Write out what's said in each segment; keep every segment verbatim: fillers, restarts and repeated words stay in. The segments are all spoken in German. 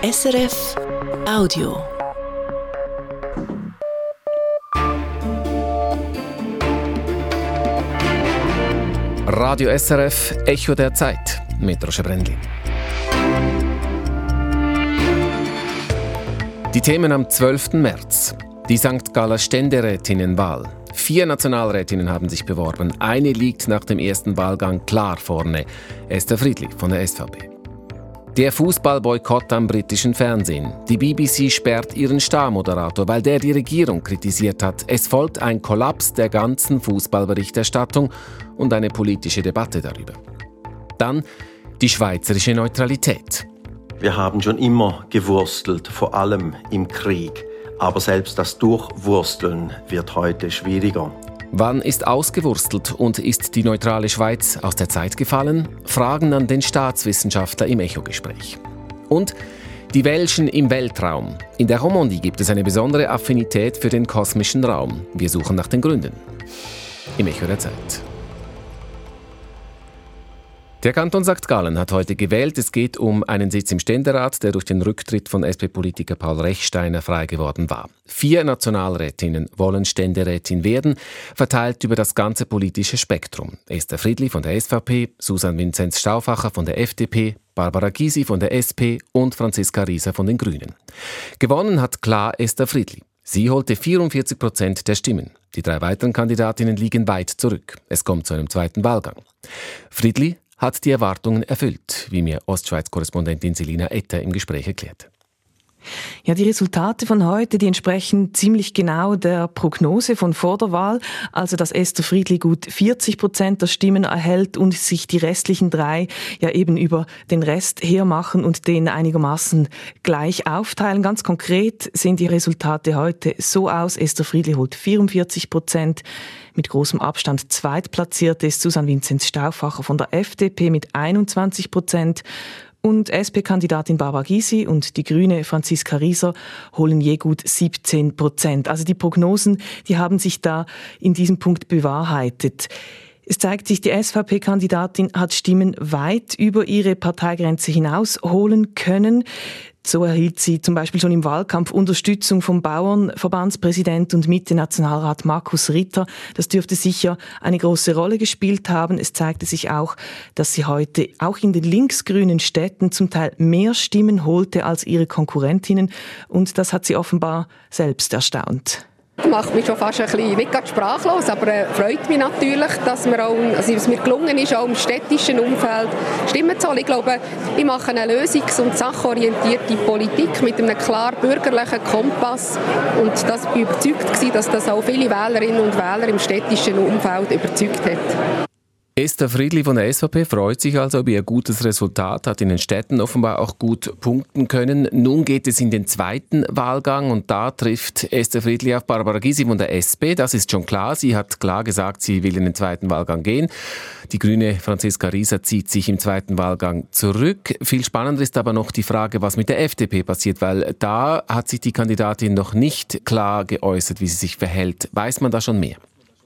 S R F Audio. Radio S R F Echo der Zeit mit Roger Brändli. Die Themen am zwölften März. Die Sankt Galler Ständerätinnenwahl. Vier Nationalrätinnen haben sich beworben. Eine liegt nach dem ersten Wahlgang klar vorne. Esther Friedli von der S V P. Der Fußballboykott am britischen Fernsehen. Die B B C sperrt ihren Starmoderator, weil der die Regierung kritisiert hat. Es folgt ein Kollaps der ganzen Fußballberichterstattung und eine politische Debatte darüber. Dann die schweizerische Neutralität. Wir haben schon immer gewurstelt, vor allem im Krieg. Aber selbst das Durchwursteln wird heute schwieriger. Wann ist ausgewurstelt und ist die neutrale Schweiz aus der Zeit gefallen? Fragen an den Staatswissenschaftler im Echo-Gespräch. Und die Welschen im Weltraum. In der Romandie gibt es eine besondere Affinität für den kosmischen Raum. Wir suchen nach den Gründen. Im Echo der Zeit. Der Kanton Sankt Gallen hat heute gewählt. Es geht um einen Sitz im Ständerat, der durch den Rücktritt von S P-Politiker Paul Rechsteiner frei geworden war. Vier Nationalrätinnen wollen Ständerätin werden, verteilt über das ganze politische Spektrum. Esther Friedli von der S V P, Susanne Vinzenz Stauffacher von der F D P, Barbara Gysi von der S P und Franziska Rieser von den Grünen. Gewonnen hat klar Esther Friedli. Sie holte vierundvierzig Prozent der Stimmen. Die drei weiteren Kandidatinnen liegen weit zurück. Es kommt zu einem zweiten Wahlgang. Friedli hat die Erwartungen erfüllt, wie mir Ostschweiz-Korrespondentin Selina Etter im Gespräch erklärt. Ja, die Resultate von heute, die entsprechen ziemlich genau der Prognose von vor der Wahl, also dass Esther Friedli gut vierzig Prozent der Stimmen erhält und sich die restlichen drei ja eben über den Rest hermachen und den einigermaßen gleich aufteilen. Ganz konkret sehen die Resultate heute so aus: Esther Friedli holt vierundvierzig Prozent. Mit großem Abstand zweitplatzierte ist Susanne Vinzenz Stauffacher von der F D P mit einundzwanzig Prozent. Und S P-Kandidatin Barbara Gysi und die Grüne Franziska Rieser holen je gut siebzehn Prozent. Also die Prognosen, die haben sich da in diesem Punkt bewahrheitet. Es zeigt sich, die S V P-Kandidatin hat Stimmen weit über ihre Parteigrenze hinaus holen können. So erhielt sie zum Beispiel schon im Wahlkampf Unterstützung vom Bauernverbandspräsident und Mitte-Nationalrat Markus Ritter. Das dürfte sicher eine große Rolle gespielt haben. Es zeigte sich auch, dass sie heute auch in den linksgrünen Städten zum Teil mehr Stimmen holte als ihre Konkurrentinnen. Und das hat sie offenbar selbst erstaunt. Das macht mich schon fast ein bisschen, nicht gerade sprachlos, aber äh, freut mich natürlich, dass, wir auch, also, dass es mir gelungen ist, auch im städtischen Umfeld Stimmen zu holen. Ich glaube, ich mache eine lösungs- und sachorientierte Politik mit einem klar bürgerlichen Kompass und das bin ich überzeugt gewesen, dass das auch viele Wählerinnen und Wähler im städtischen Umfeld überzeugt hat. Esther Friedli von der S V P freut sich also über ihr gutes Resultat, hat in den Städten offenbar auch gut punkten können. Nun geht es in den zweiten Wahlgang und da trifft Esther Friedli auf Barbara Gysi von der S P. Das ist schon klar. Sie hat klar gesagt, sie will in den zweiten Wahlgang gehen. Die Grüne Franziska Rieser zieht sich im zweiten Wahlgang zurück. Viel spannender ist aber noch die Frage, was mit der F D P passiert, weil da hat sich die Kandidatin noch nicht klar geäußert, wie sie sich verhält. Weiß man da schon mehr?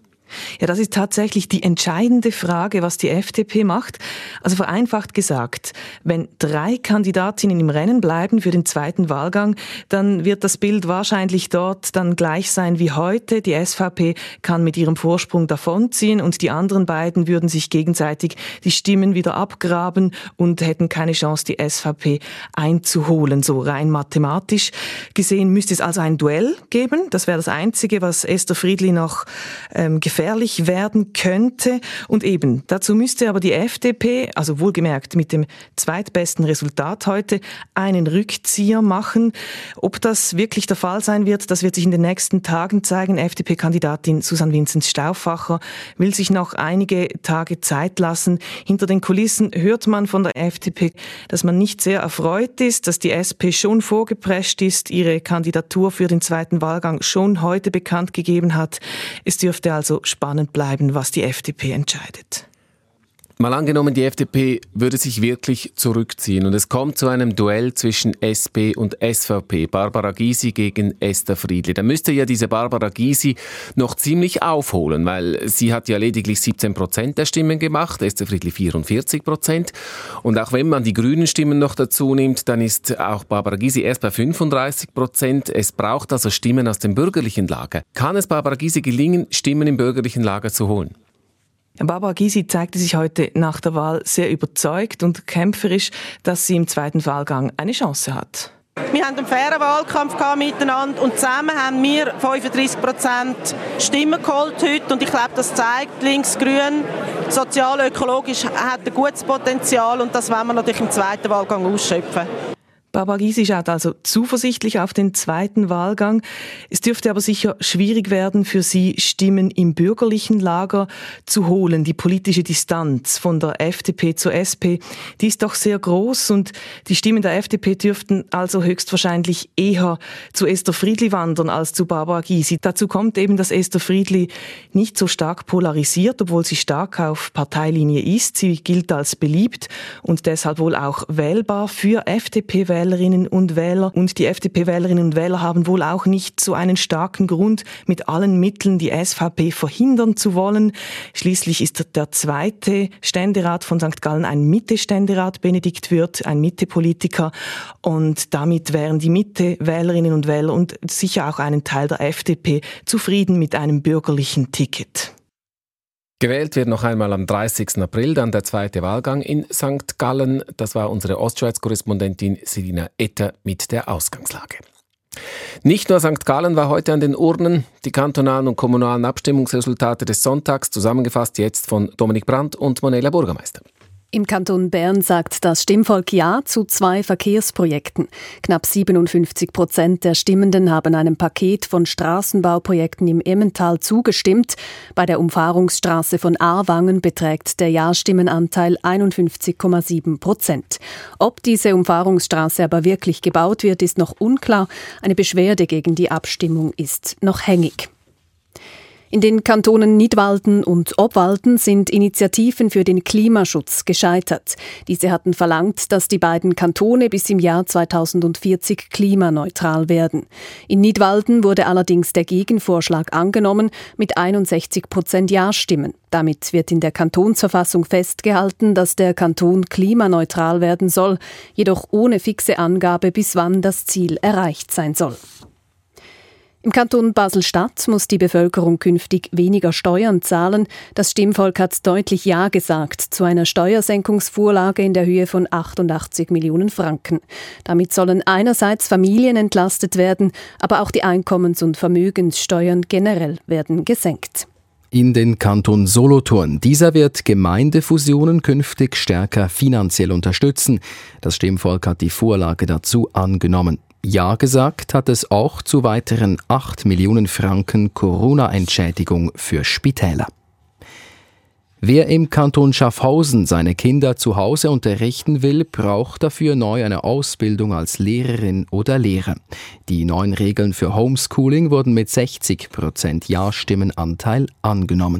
Ja, das ist tatsächlich die entscheidende Frage, was die F D P macht. Also vereinfacht gesagt, wenn drei Kandidatinnen im Rennen bleiben für den zweiten Wahlgang, dann wird das Bild wahrscheinlich dort dann gleich sein wie heute. Die S V P kann mit ihrem Vorsprung davonziehen und die anderen beiden würden sich gegenseitig die Stimmen wieder abgraben und hätten keine Chance, die S V P einzuholen. So rein mathematisch gesehen müsste es also ein Duell geben. Das wäre das Einzige, was Esther Friedli noch ähm, gefällt. gefährlich werden könnte. Und eben, dazu müsste aber die F D P, also wohlgemerkt mit dem zweitbesten Resultat heute, einen Rückzieher machen. Ob das wirklich der Fall sein wird, das wird sich in den nächsten Tagen zeigen. F D P-Kandidatin Susanne Vinzenz Stauffacher will sich noch einige Tage Zeit lassen. Hinter den Kulissen hört man von der F D P, dass man nicht sehr erfreut ist, dass die S P schon vorgeprescht ist, ihre Kandidatur für den zweiten Wahlgang schon heute bekannt gegeben hat. Es dürfte also spannend bleiben, was die F D P entscheidet. Mal angenommen, die F D P würde sich wirklich zurückziehen und es kommt zu einem Duell zwischen S P und S V P, Barbara Gysi gegen Esther Friedli. Dann müsste ja diese Barbara Gysi noch ziemlich aufholen, weil sie hat ja lediglich siebzehn Prozent der Stimmen gemacht, Esther Friedli vierundvierzig Prozent. Und auch wenn man die grünen Stimmen noch dazu nimmt, dann ist auch Barbara Gysi erst bei fünfunddreißig Prozent. Es braucht also Stimmen aus dem bürgerlichen Lager. Kann es Barbara Gysi gelingen, Stimmen im bürgerlichen Lager zu holen? Barbara Gysi zeigte sich heute nach der Wahl sehr überzeugt und kämpferisch, dass sie im zweiten Wahlgang eine Chance hat. Wir haben einen fairen Wahlkampf miteinander und zusammen haben wir fünfunddreißig Prozent Stimmen geholt heute. Und ich glaube, das zeigt, links-grün, sozial-ökologisch hat ein gutes Potenzial und das wollen wir natürlich im zweiten Wahlgang ausschöpfen. Barbara Gysi schaut also zuversichtlich auf den zweiten Wahlgang. Es dürfte aber sicher schwierig werden für sie, Stimmen im bürgerlichen Lager zu holen. Die politische Distanz von der F D P zur S P, die ist doch sehr groß und die Stimmen der F D P dürften also höchstwahrscheinlich eher zu Esther Friedli wandern als zu Barbara Gysi. Dazu kommt eben, dass Esther Friedli nicht so stark polarisiert, obwohl sie stark auf Parteilinie ist. Sie gilt als beliebt und deshalb wohl auch wählbar für F D P-Wähler. Wählerinnen und Wähler. Und die F D P-Wählerinnen und Wähler haben wohl auch nicht so einen starken Grund, mit allen Mitteln die S V P verhindern zu wollen. Schließlich ist der zweite Ständerat von Sankt Gallen ein Mitte-Ständerat, Benedikt Würth, ein Mitte-Politiker. Und damit wären die Mitte-Wählerinnen und Wähler und sicher auch einen Teil der F D P zufrieden mit einem bürgerlichen Ticket. Gewählt wird noch einmal am dreißigsten April, dann der zweite Wahlgang in Sankt Gallen. Das war unsere Ostschweiz-Korrespondentin Selina Etter mit der Ausgangslage. Nicht nur Sankt Gallen war heute an den Urnen. Die kantonalen und kommunalen Abstimmungsresultate des Sonntags zusammengefasst jetzt von Dominik Brandt und Monella Bürgermeister. Im Kanton Bern sagt das Stimmvolk Ja zu zwei Verkehrsprojekten. Knapp siebenundfünfzig Prozent der Stimmenden haben einem Paket von Straßenbauprojekten im Emmental zugestimmt. Bei der Umfahrungsstraße von Aarwangen beträgt der Ja-Stimmenanteil einundfünfzig Komma sieben Prozent. Ob diese Umfahrungsstraße aber wirklich gebaut wird, ist noch unklar. Eine Beschwerde gegen die Abstimmung ist noch hängig. In den Kantonen Nidwalden und Obwalden sind Initiativen für den Klimaschutz gescheitert. Diese hatten verlangt, dass die beiden Kantone bis im Jahr zweitausendvierzig klimaneutral werden. In Nidwalden wurde allerdings der Gegenvorschlag angenommen mit einundsechzig Prozent Ja-Stimmen. Damit wird in der Kantonsverfassung festgehalten, dass der Kanton klimaneutral werden soll, jedoch ohne fixe Angabe, bis wann das Ziel erreicht sein soll. Im Kanton Basel-Stadt muss die Bevölkerung künftig weniger Steuern zahlen. Das Stimmvolk hat deutlich Ja gesagt zu einer Steuersenkungsvorlage in der Höhe von achtundachtzig Millionen Franken. Damit sollen einerseits Familien entlastet werden, aber auch die Einkommens- und Vermögenssteuern generell werden gesenkt. In den Kanton Solothurn. Dieser wird Gemeindefusionen künftig stärker finanziell unterstützen. Das Stimmvolk hat die Vorlage dazu angenommen. Ja gesagt hat es auch zu weiteren acht Millionen Franken Corona-Entschädigung für Spitäler. Wer im Kanton Schaffhausen seine Kinder zu Hause unterrichten will, braucht dafür neu eine Ausbildung als Lehrerin oder Lehrer. Die neuen Regeln für Homeschooling wurden mit sechzig Prozent Ja-Stimmenanteil angenommen.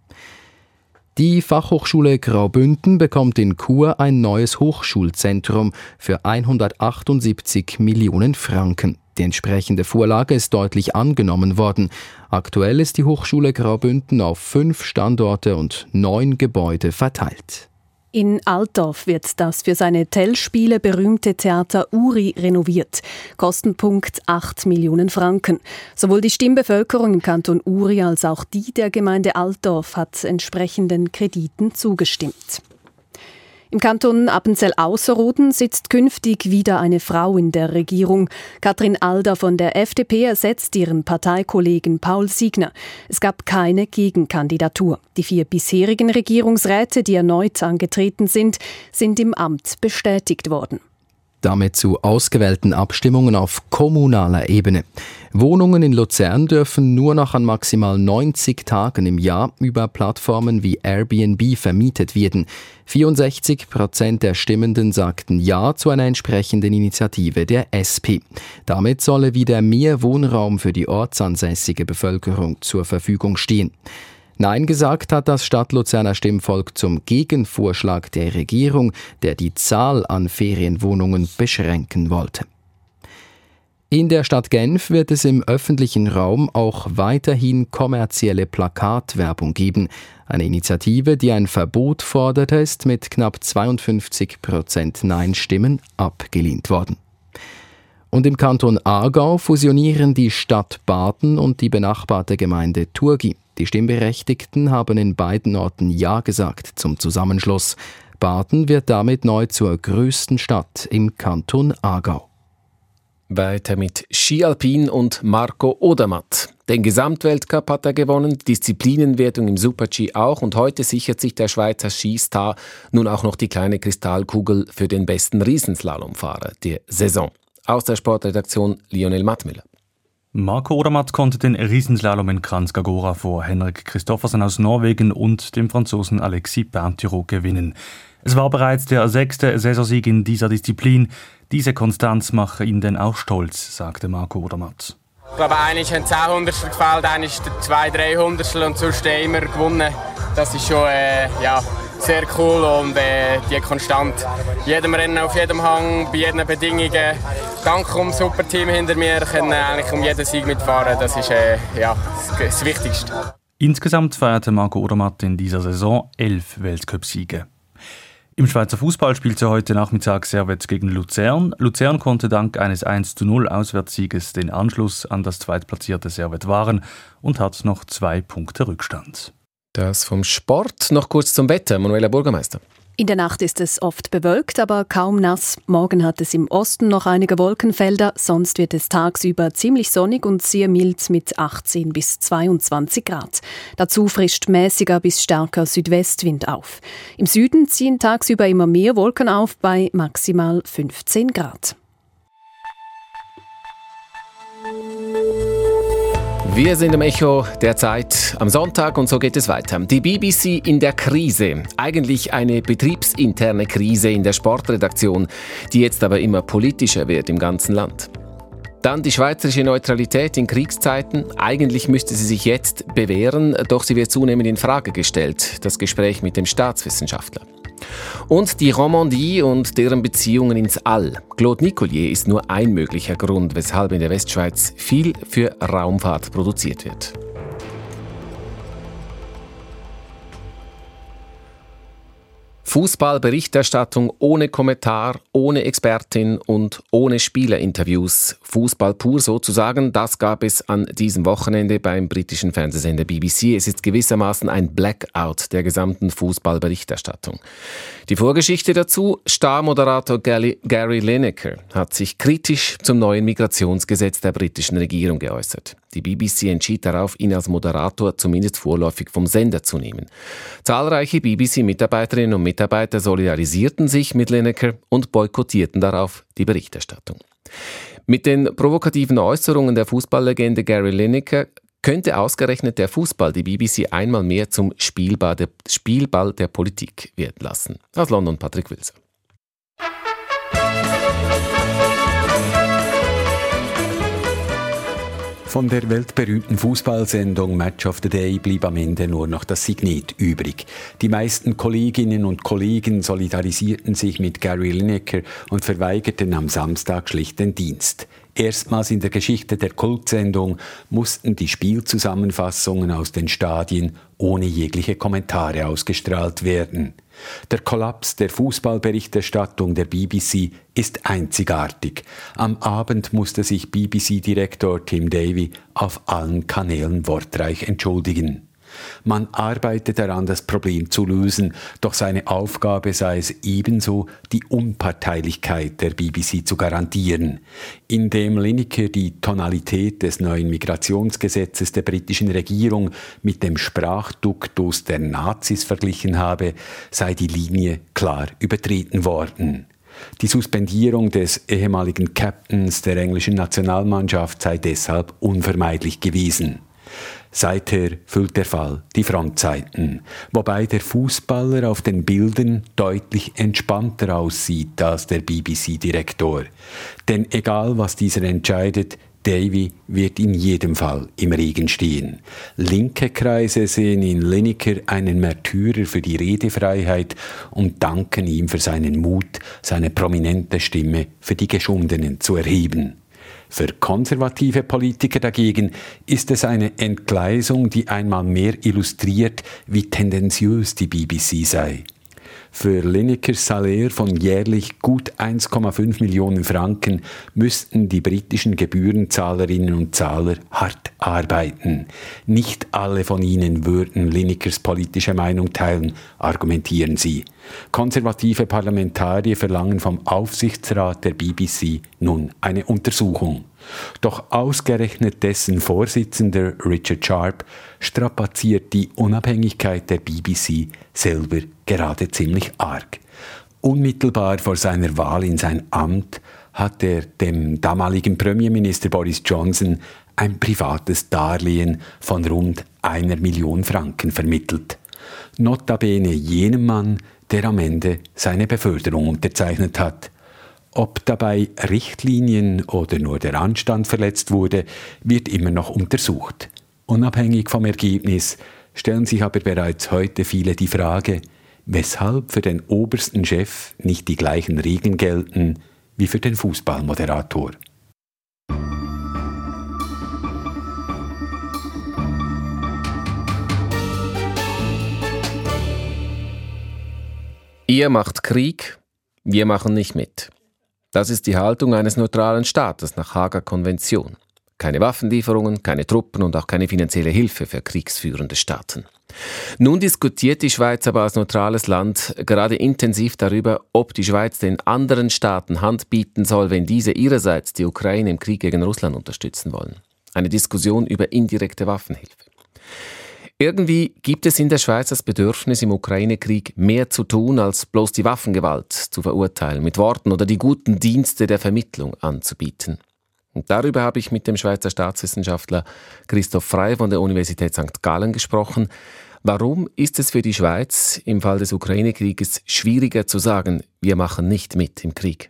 Die Fachhochschule Graubünden bekommt in Chur ein neues Hochschulzentrum für hundertachtundsiebzig Millionen Franken. Die entsprechende Vorlage ist deutlich angenommen worden. Aktuell ist die Hochschule Graubünden auf fünf Standorte und neun Gebäude verteilt. In Altdorf wird das für seine Tellspiele berühmte Theater Uri renoviert. Kostenpunkt acht Millionen Franken. Sowohl die Stimmbevölkerung im Kanton Uri als auch die der Gemeinde Altdorf hat entsprechenden Krediten zugestimmt. Im Kanton Appenzell-Ausserrhoden sitzt künftig wieder eine Frau in der Regierung. Katrin Alder von der F D P ersetzt ihren Parteikollegen Paul Siegner. Es gab keine Gegenkandidatur. Die vier bisherigen Regierungsräte, die erneut angetreten sind, sind im Amt bestätigt worden. Damit zu ausgewählten Abstimmungen auf kommunaler Ebene. Wohnungen in Luzern dürfen nur noch an maximal neunzig Tagen im Jahr über Plattformen wie Airbnb vermietet werden. vierundsechzig Prozent der Stimmenden sagten Ja zu einer entsprechenden Initiative der S P. Damit solle wieder mehr Wohnraum für die ortsansässige Bevölkerung zur Verfügung stehen. Nein gesagt hat das Stadtluzerner Stimmvolk zum Gegenvorschlag der Regierung, der die Zahl an Ferienwohnungen beschränken wollte. In der Stadt Genf wird es im öffentlichen Raum auch weiterhin kommerzielle Plakatwerbung geben. Eine Initiative, die ein Verbot forderte, ist mit knapp zweiundfünfzig Prozent Nein-Stimmen abgelehnt worden. Und im Kanton Aargau fusionieren die Stadt Baden und die benachbarte Gemeinde Thurgau. Die Stimmberechtigten haben in beiden Orten Ja gesagt zum Zusammenschluss. Baden wird damit neu zur größten Stadt im Kanton Aargau. Weiter mit Ski Alpin und Marco Odermatt. Den Gesamtweltcup hat er gewonnen, die Disziplinenwertung im Super-G auch und heute sichert sich der Schweizer Skistar nun auch noch die kleine Kristallkugel für den besten Riesenslalomfahrer der Saison. Aus der Sportredaktion Lionel Mattmüller. Marco Odermatt konnte den Riesenslalom in Kranjskagora vor Henrik Kristoffersen aus Norwegen und dem Franzosen Alexis Pinturault gewinnen. Es war bereits der sechste Saisonsieg in dieser Disziplin. Diese Konstanz mache ihn denn auch stolz, sagte Marco Odermatt. Ich glaube, einer ist ein Zehnhundertstel gefällt, einer ist zwei, dreihundertstel und sonst immer gewonnen. Das ist schon äh, ja, sehr cool und äh, die konstant. Jedem Rennen, auf jedem Hang, bei jeden Bedingungen. Dank dem super Team hinter mir können eigentlich um jeden Sieg mitfahren. Das ist äh, ja, das Wichtigste. Insgesamt feierte Marco Odermatt in dieser Saison elf Weltcupsiege. Im Schweizer Fußball spielte heute Nachmittag Servette gegen Luzern. Luzern konnte dank eines eins zu null Auswärtssieges den Anschluss an das zweitplatzierte Servette wahren und hat noch zwei Punkte Rückstand. Das vom Sport. Noch kurz zum Wetter. Manuela Bürgermeister. In der Nacht ist es oft bewölkt, aber kaum nass. Morgen hat es im Osten noch einige Wolkenfelder, sonst wird es tagsüber ziemlich sonnig und sehr mild mit achtzehn bis zweiundzwanzig Grad. Dazu frischt mäßiger bis starker Südwestwind auf. Im Süden ziehen tagsüber immer mehr Wolken auf bei maximal fünfzehn Grad. Wir sind im Echo der Zeit am Sonntag und so geht es weiter. Die B B C in der Krise. Eigentlich eine betriebsinterne Krise in der Sportredaktion, die jetzt aber immer politischer wird im ganzen Land. Dann die schweizerische Neutralität in Kriegszeiten. Eigentlich müsste sie sich jetzt bewähren, doch sie wird zunehmend in Frage gestellt. Das Gespräch mit dem Staatswissenschaftler. Und die Romandie und deren Beziehungen ins All. Claude Nicollier ist nur ein möglicher Grund, weshalb in der Westschweiz viel für Raumfahrt produziert wird. Fußballberichterstattung ohne Kommentar, ohne Expertin und ohne Spielerinterviews. Fußball pur sozusagen, das gab es an diesem Wochenende beim britischen Fernsehsender B B C. Es ist gewissermaßen ein Blackout der gesamten Fußballberichterstattung. Die Vorgeschichte dazu: Star-Moderator Gary, Gary Lineker hat sich kritisch zum neuen Migrationsgesetz der britischen Regierung geäußert. Die B B C entschied darauf, ihn als Moderator zumindest vorläufig vom Sender zu nehmen. Zahlreiche B B C-Mitarbeiterinnen und Mitarbeiter solidarisierten sich mit Lineker und boykottierten darauf die Berichterstattung. Mit den provokativen Äußerungen der Fußballlegende Gary Lineker könnte ausgerechnet der Fußball die B B C einmal mehr zum Spielball der, Spielball der Politik werden lassen. Aus London Patrick Wilser. Von der weltberühmten Fußballsendung Match of the Day blieb am Ende nur noch das Signet übrig. Die meisten Kolleginnen und Kollegen solidarisierten sich mit Gary Lineker und verweigerten am Samstag schlicht den Dienst. Erstmals in der Geschichte der Kultsendung mussten die Spielzusammenfassungen aus den Stadien ohne jegliche Kommentare ausgestrahlt werden. Der Kollaps der Fußballberichterstattung der B B C ist einzigartig. Am Abend musste sich B B C-Direktor Tim Davie auf allen Kanälen wortreich entschuldigen. Man arbeite daran, das Problem zu lösen, doch seine Aufgabe sei es ebenso, die Unparteilichkeit der B B C zu garantieren. Indem Lineker die Tonalität des neuen Migrationsgesetzes der britischen Regierung mit dem Sprachduktus der Nazis verglichen habe, sei die Linie klar übertreten worden. Die Suspendierung des ehemaligen Captains der englischen Nationalmannschaft sei deshalb unvermeidlich gewesen. Seither füllt der Fall die Frontseiten, wobei der Fußballer auf den Bildern deutlich entspannter aussieht als der B B C-Direktor. Denn egal was dieser entscheidet, Davy wird in jedem Fall im Regen stehen. Linke Kreise sehen in Lineker einen Märtyrer für die Redefreiheit und danken ihm für seinen Mut, seine prominente Stimme für die Geschundenen zu erheben. Für konservative Politiker dagegen ist es eine Entgleisung, die einmal mehr illustriert, wie tendenziös die B B C sei. Für Linekers Salär von jährlich gut eins Komma fünf Millionen Franken müssten die britischen Gebührenzahlerinnen und Zahler hart arbeiten. Nicht alle von ihnen würden Linekers politische Meinung teilen, argumentieren sie. Konservative Parlamentarier verlangen vom Aufsichtsrat der B B C nun eine Untersuchung. Doch ausgerechnet dessen Vorsitzender Richard Sharp strapaziert die Unabhängigkeit der B B C selber gerade ziemlich arg. Unmittelbar vor seiner Wahl in sein Amt hat er dem damaligen Premierminister Boris Johnson ein privates Darlehen von rund einer Million Franken vermittelt. Notabene jenem Mann, der am Ende seine Beförderung unterzeichnet hat. Ob dabei Richtlinien oder nur der Anstand verletzt wurde, wird immer noch untersucht. Unabhängig vom Ergebnis stellen sich aber bereits heute viele die Frage, weshalb für den obersten Chef nicht die gleichen Regeln gelten wie für den Fußballmoderator. Ihr macht Krieg, wir machen nicht mit. Das ist die Haltung eines neutralen Staates nach Haager Konvention. Keine Waffenlieferungen, keine Truppen und auch keine finanzielle Hilfe für kriegsführende Staaten. Nun diskutiert die Schweiz aber als neutrales Land gerade intensiv darüber, ob die Schweiz den anderen Staaten Hand bieten soll, wenn diese ihrerseits die Ukraine im Krieg gegen Russland unterstützen wollen. Eine Diskussion über indirekte Waffenhilfe. Irgendwie gibt es in der Schweiz das Bedürfnis, im Ukraine-Krieg mehr zu tun, als bloß die Waffengewalt zu verurteilen, mit Worten oder die guten Dienste der Vermittlung anzubieten. Und darüber habe ich mit dem Schweizer Staatswissenschaftler Christoph Frey von der Universität Sankt Gallen gesprochen. Warum ist es für die Schweiz im Fall des Ukraine-Krieges schwieriger zu sagen, wir machen nicht mit im Krieg?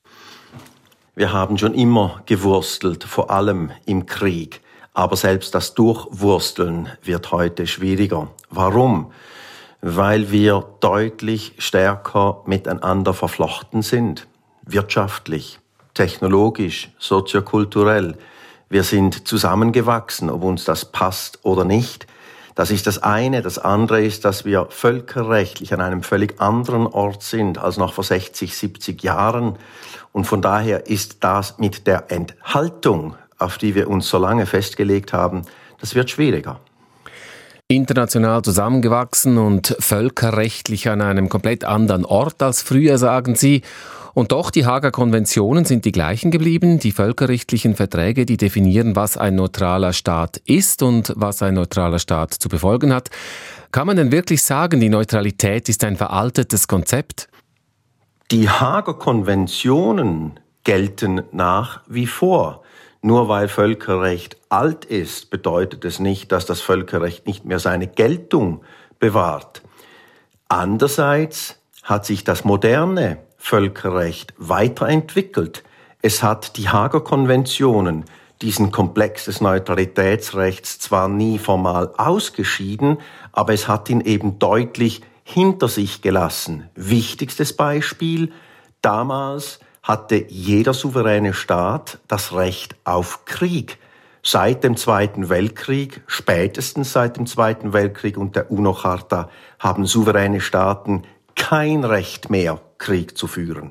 Wir haben schon immer gewurstelt, vor allem im Krieg. Aber selbst das Durchwursteln wird heute schwieriger. Warum? Weil wir deutlich stärker miteinander verflochten sind. Wirtschaftlich, technologisch, soziokulturell. Wir sind zusammengewachsen, ob uns das passt oder nicht. Das ist das eine. Das andere ist, dass wir völkerrechtlich an einem völlig anderen Ort sind als noch vor sechzig, siebzig Jahren. Und von daher ist das mit der Enthaltung, auf die wir uns so lange festgelegt haben, das wird schwieriger. International zusammengewachsen und völkerrechtlich an einem komplett anderen Ort als früher, sagen Sie. Und doch, die Haager Konventionen sind die gleichen geblieben. Die völkerrechtlichen Verträge, die definieren, was ein neutraler Staat ist und was ein neutraler Staat zu befolgen hat. Kann man denn wirklich sagen, die Neutralität ist ein veraltetes Konzept? Die Haager Konventionen gelten nach wie vor. Nur weil Völkerrecht alt ist, bedeutet es nicht, dass das Völkerrecht nicht mehr seine Geltung bewahrt. Andererseits hat sich das moderne Völkerrecht weiterentwickelt. Es hat die Haager Konventionen, diesen Komplex des Neutralitätsrechts, zwar nie formal ausgeschieden, aber es hat ihn eben deutlich hinter sich gelassen. Wichtigstes Beispiel, damals hatte jeder souveräne Staat das Recht auf Krieg. Seit dem Zweiten Weltkrieg, spätestens seit dem Zweiten Weltkrieg und der UNO-Charta, haben souveräne Staaten kein Recht mehr, Krieg zu führen.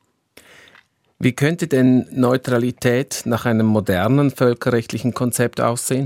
Wie könnte denn Neutralität nach einem modernen völkerrechtlichen Konzept aussehen?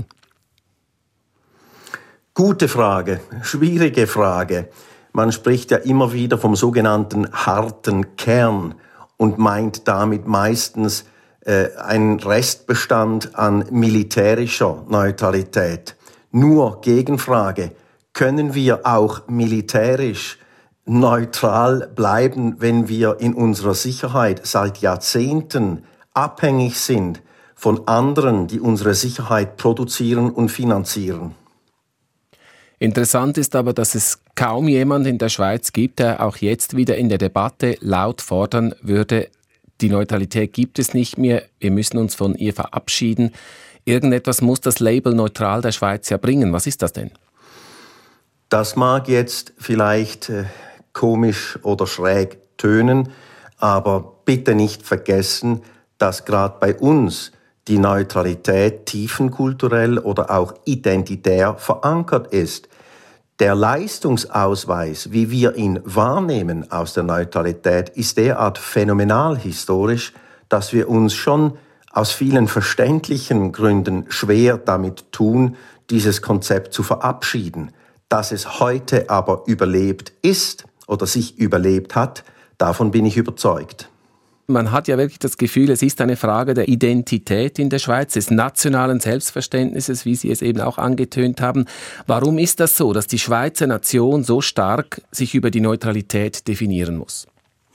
Gute Frage, schwierige Frage. Man spricht ja immer wieder vom sogenannten harten Kern und meint damit meistens äh, einen Restbestand an militärischer Neutralität. Nur Gegenfrage, können wir auch militärisch neutral bleiben, wenn wir in unserer Sicherheit seit Jahrzehnten abhängig sind von anderen, die unsere Sicherheit produzieren und finanzieren? Interessant ist aber, dass es kaum jemand in der Schweiz gibt, der auch jetzt wieder in der Debatte laut fordern würde, die Neutralität gibt es nicht mehr, wir müssen uns von ihr verabschieden. Irgendetwas muss das Label neutral der Schweiz ja bringen. Was ist das denn? Das mag jetzt vielleicht äh, komisch oder schräg tönen, aber bitte nicht vergessen, dass gerade bei uns die Neutralität tiefenkulturell oder auch identitär verankert ist. Der Leistungsausweis, wie wir ihn wahrnehmen aus der Neutralität, ist derart phänomenal historisch, dass wir uns schon aus vielen verständlichen Gründen schwer damit tun, dieses Konzept zu verabschieden. Dass es heute aber überlebt ist oder sich überlebt hat, davon bin ich überzeugt. Man hat ja wirklich das Gefühl, es ist eine Frage der Identität in der Schweiz, des nationalen Selbstverständnisses, wie Sie es eben auch angetönt haben. Warum ist das so, dass die Schweizer Nation so stark sich über die Neutralität definieren muss?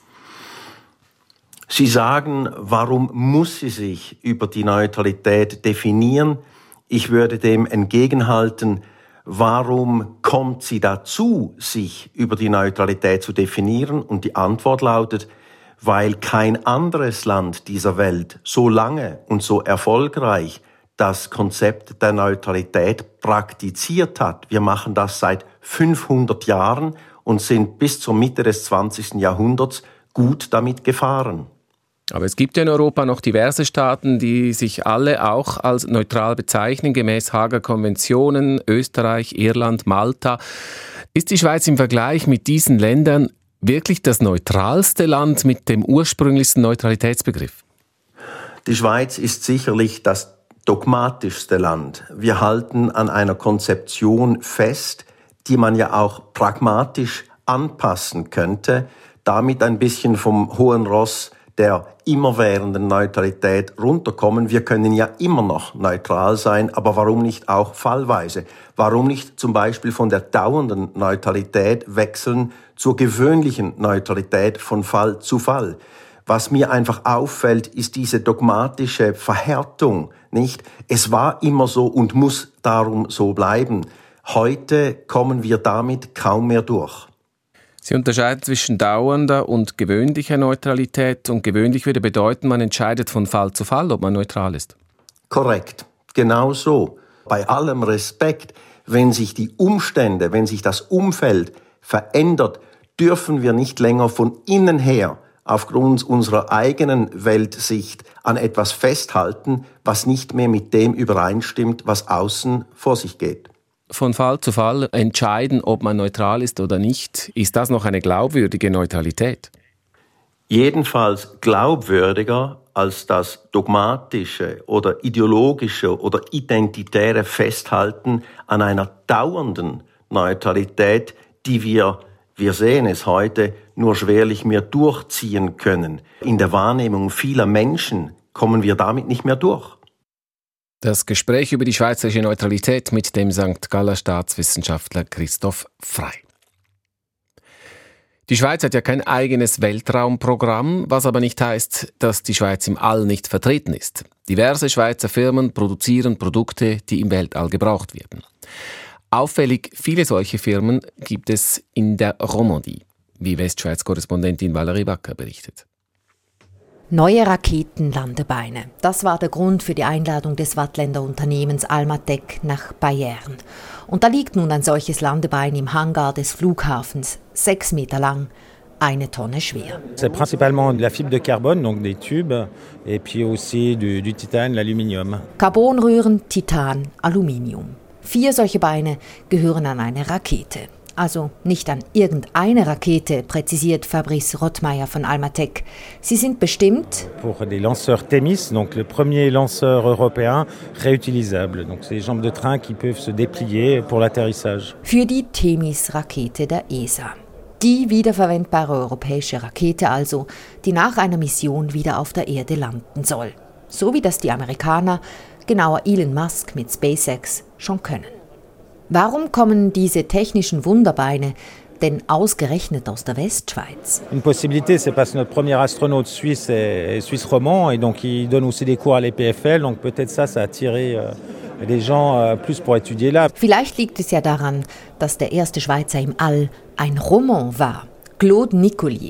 Sie sagen, warum muss sie sich über die Neutralität definieren? Ich würde dem entgegenhalten, warum kommt sie dazu, sich über die Neutralität zu definieren? Und die Antwort lautet, weil kein anderes Land dieser Welt so lange und so erfolgreich das Konzept der Neutralität praktiziert hat. Wir machen das seit fünfhundert Jahren und sind bis zur Mitte des zwanzigsten Jahrhunderts gut damit gefahren. Aber es gibt ja in Europa noch diverse Staaten, die sich alle auch als neutral bezeichnen, gemäß Haager Konventionen, Österreich, Irland, Malta. Ist die Schweiz im Vergleich mit diesen Ländern wirklich das neutralste Land mit dem ursprünglichsten Neutralitätsbegriff? Die Schweiz ist sicherlich das dogmatischste Land. Wir halten an einer Konzeption fest, die man ja auch pragmatisch anpassen könnte, damit ein bisschen vom hohen Ross der immerwährenden Neutralität runterkommen. Wir können ja immer noch neutral sein, aber warum nicht auch fallweise? Warum nicht zum Beispiel von der dauernden Neutralität wechseln zur gewöhnlichen Neutralität von Fall zu Fall? Was mir einfach auffällt, ist diese dogmatische Verhärtung, nicht? Es war immer so und muss darum so bleiben. Heute kommen wir damit kaum mehr durch. Sie unterscheiden zwischen dauernder und gewöhnlicher Neutralität. Und gewöhnlich würde bedeuten, man entscheidet von Fall zu Fall, ob man neutral ist. Korrekt, genau so. Bei allem Respekt, wenn sich die Umstände, wenn sich das Umfeld verändert, dürfen wir nicht länger von innen her aufgrund unserer eigenen Weltsicht an etwas festhalten, was nicht mehr mit dem übereinstimmt, was außen vor sich geht. Von Fall zu Fall entscheiden, ob man neutral ist oder nicht. Ist das noch eine glaubwürdige Neutralität? Jedenfalls glaubwürdiger als das dogmatische oder ideologische oder identitäre Festhalten an einer dauernden Neutralität, die wir, wir sehen es heute, nur schwerlich mehr durchziehen können. In der Wahrnehmung vieler Menschen kommen wir damit nicht mehr durch. Das Gespräch über die schweizerische Neutralität mit dem Sankt Galler Staatswissenschaftler Christoph Frey. Die Schweiz hat ja kein eigenes Weltraumprogramm, was aber nicht heißt, dass die Schweiz im All nicht vertreten ist. Diverse Schweizer Firmen produzieren Produkte, die im Weltall gebraucht werden. Auffällig viele solche Firmen gibt es in der Romandie, wie Westschweiz-Korrespondentin Valerie Backer berichtet. Neue Raketenlandebeine. Das war der Grund für die Einladung des Waadtländer Unternehmens Almatec nach Payerne. Und da liegt nun ein solches Landebein im Hangar des Flughafens, sechs Meter lang, eine Tonne schwer. C'est principalement de la fibre de carbone, donc des tubes, et puis aussi du, du titane, l'aluminium. Carbonröhren, Titan, Aluminium. Vier solche Beine gehören an eine Rakete. Also nicht an irgendeine Rakete, präzisiert Fabrice Rottmeier von Almatec. Sie sind bestimmt pour des lanceurs Themis, donc le premier lanceur européen réutilisable. Donc c'est des jambes de train qui peuvent se déplier pour l'atterrissage. Für die Themis-Rakete der E S A. Die wiederverwendbare europäische Rakete also, die nach einer Mission wieder auf der Erde landen soll. So wie das die Amerikaner, genauer Elon Musk mit SpaceX, schon können. Warum kommen diese technischen Wunderbeine denn ausgerechnet aus der Westschweiz? Une possibilité, c'est parce que notre premier astronaute suisse est, est suisse romand et donc il donne aussi des cours à l'E P F L, donc peut-être ça, ça a attiré euh, des gens euh, plus pour étudier là. Vielleicht liegt es ja daran, dass der erste Schweizer im All ein Romand war, Claude Nicollier.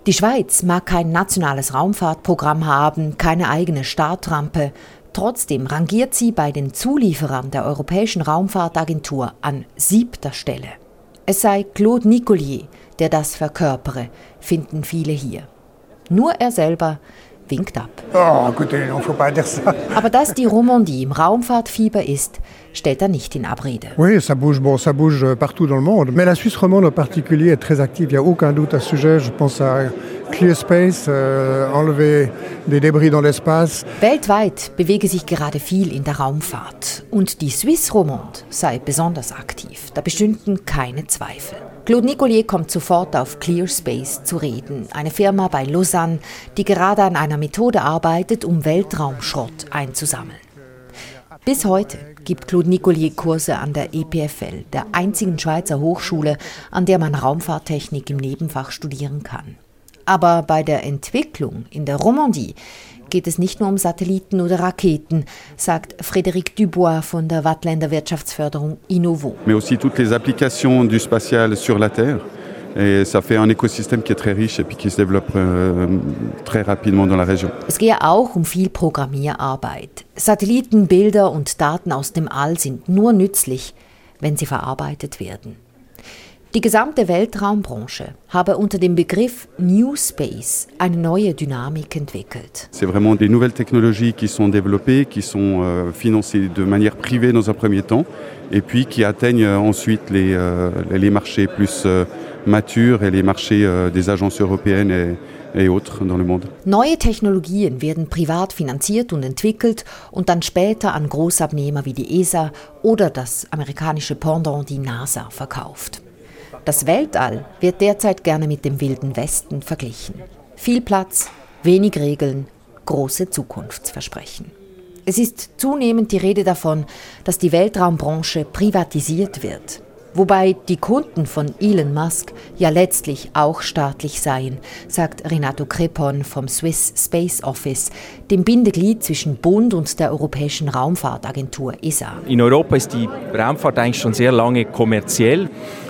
Die Schweiz mag kein nationales Raumfahrtprogramm haben, keine eigene Startrampe. Trotzdem rangiert sie bei den Zulieferern der Europäischen Raumfahrtagentur an siebter Stelle. Es sei Claude Nicollier, der das verkörpere, finden viele hier. Nur er selber winkt ab. Oh, écoutez, non, faut pas dire ça. Aber dass die Romandie im Raumfahrtfieber ist, stellt er nicht in Abrede. Oui, ça bouge, bon, ça bouge partout dans le monde. Mais la Suisse romande en particulier est très active. Il n'y a aucun doute à ce sujet. Je pense à Clear Space, euh, enlever des débris dans l'espace. Weltweit bewege sich gerade viel in der Raumfahrt. Und die Suisse romande sei besonders aktiv. Da bestünden keine Zweifel. Claude Nicollier kommt sofort auf Clear Space zu reden, eine Firma bei Lausanne, die gerade an einer Methode arbeitet, um Weltraumschrott einzusammeln. Bis heute gibt Claude Nicollier Kurse an der E P F L, der einzigen Schweizer Hochschule, an der man Raumfahrttechnik im Nebenfach studieren kann. Aber bei der Entwicklung in der Romandie geht es nicht nur um Satelliten oder Raketen, sagt Frédéric Dubois von der Wattländer Wirtschaftsförderung Innovo. Mais aussi toutes les applications du spatial sur la Terre. Et ça fait un écosystème qui est très riche et puis qui se développe euh, très rapidement dans la région. Es gehe auch um viel Programmierarbeit. Satelliten, Bilder und Daten aus dem All sind nur nützlich, wenn sie verarbeitet werden. Die gesamte Weltraumbranche habe unter dem Begriff New Space eine neue Dynamik entwickelt. C'est vraiment des nouvelles technologies qui sont développées, qui sont euh, financées de manière privée dans un premier temps et puis qui atteignent ensuite les, euh, les marchés plus euh, matures et les marchés euh, des agences européennes et et autres dans le monde. Neue Technologien werden privat finanziert und entwickelt und dann später an Großabnehmer wie die E S A oder das amerikanische Pendant, die NASA, verkauft. Das Weltall wird derzeit gerne mit dem Wilden Westen verglichen. Viel Platz, wenig Regeln, große Zukunftsversprechen. Es ist zunehmend die Rede davon, dass die Weltraumbranche privatisiert wird. Wobei die Kunden von Elon Musk ja letztlich auch staatlich seien, sagt Renato Crepon vom Swiss Space Office, dem Bindeglied zwischen Bund und der Europäischen Raumfahrtagentur E S A. In Europa ist die Raumfahrt eigentlich schon sehr lange kommerziell.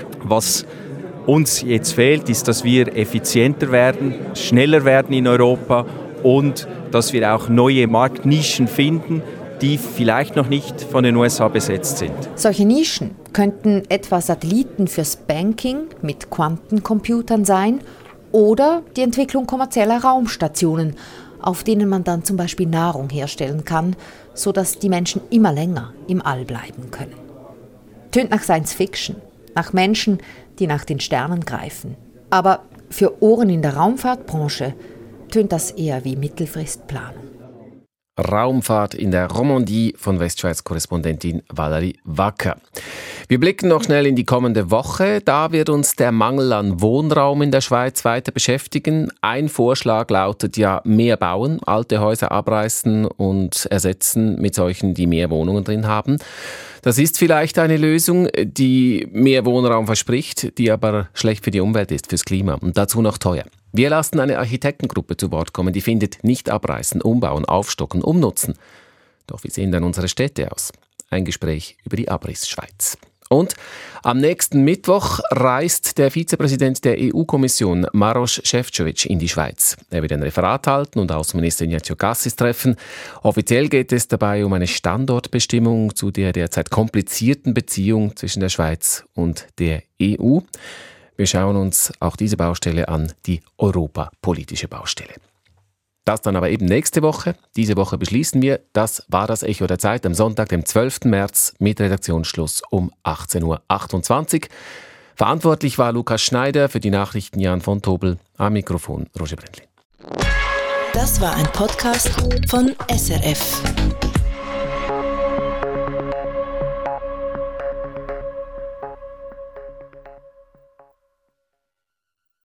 Was uns jetzt fehlt, ist, dass wir effizienter werden, schneller werden in Europa und dass wir auch neue Marktnischen finden, die vielleicht noch nicht von den U S A besetzt sind. Solche Nischen könnten etwa Satelliten fürs Banking mit Quantencomputern sein oder die Entwicklung kommerzieller Raumstationen, auf denen man dann zum Beispiel Nahrung herstellen kann, sodass die Menschen immer länger im All bleiben können. Tönt nach Science Fiction. Nach Menschen, die nach den Sternen greifen. Aber für Ohren in der Raumfahrtbranche tönt das eher wie Mittelfristplanung. Raumfahrt in der Romandie von Westschweiz-Korrespondentin Valerie Wacker. Wir blicken noch schnell in die kommende Woche. Da wird uns der Mangel an Wohnraum in der Schweiz weiter beschäftigen. Ein Vorschlag lautet ja, mehr bauen, alte Häuser abreißen und ersetzen mit solchen, die mehr Wohnungen drin haben. Das ist vielleicht eine Lösung, die mehr Wohnraum verspricht, die aber schlecht für die Umwelt ist, fürs Klima und dazu noch teuer. Wir lassen eine Architektengruppe zu Wort kommen, die findet, nicht abreißen, umbauen, aufstocken, umnutzen. Doch wie sehen dann unsere Städte aus? Ein Gespräch über die Abrissschweiz. Und am nächsten Mittwoch reist der Vizepräsident der E U-Kommission, Maroš Šefčovič, in die Schweiz. Er wird ein Referat halten und Außenminister Ignazio Cassis treffen. Offiziell geht es dabei um eine Standortbestimmung zu der derzeit komplizierten Beziehung zwischen der Schweiz und der E U. Wir schauen uns auch diese Baustelle an, die europapolitische Baustelle. Das dann aber eben nächste Woche. Diese Woche beschließen wir. Das war das Echo der Zeit am Sonntag, dem zwölften März, mit Redaktionsschluss um achtzehn Uhr achtundzwanzig. Verantwortlich war Lukas Schneider, für die Nachrichten Jan von Tobel, am Mikrofon Roger Brändlin. Das war ein Podcast von S R F.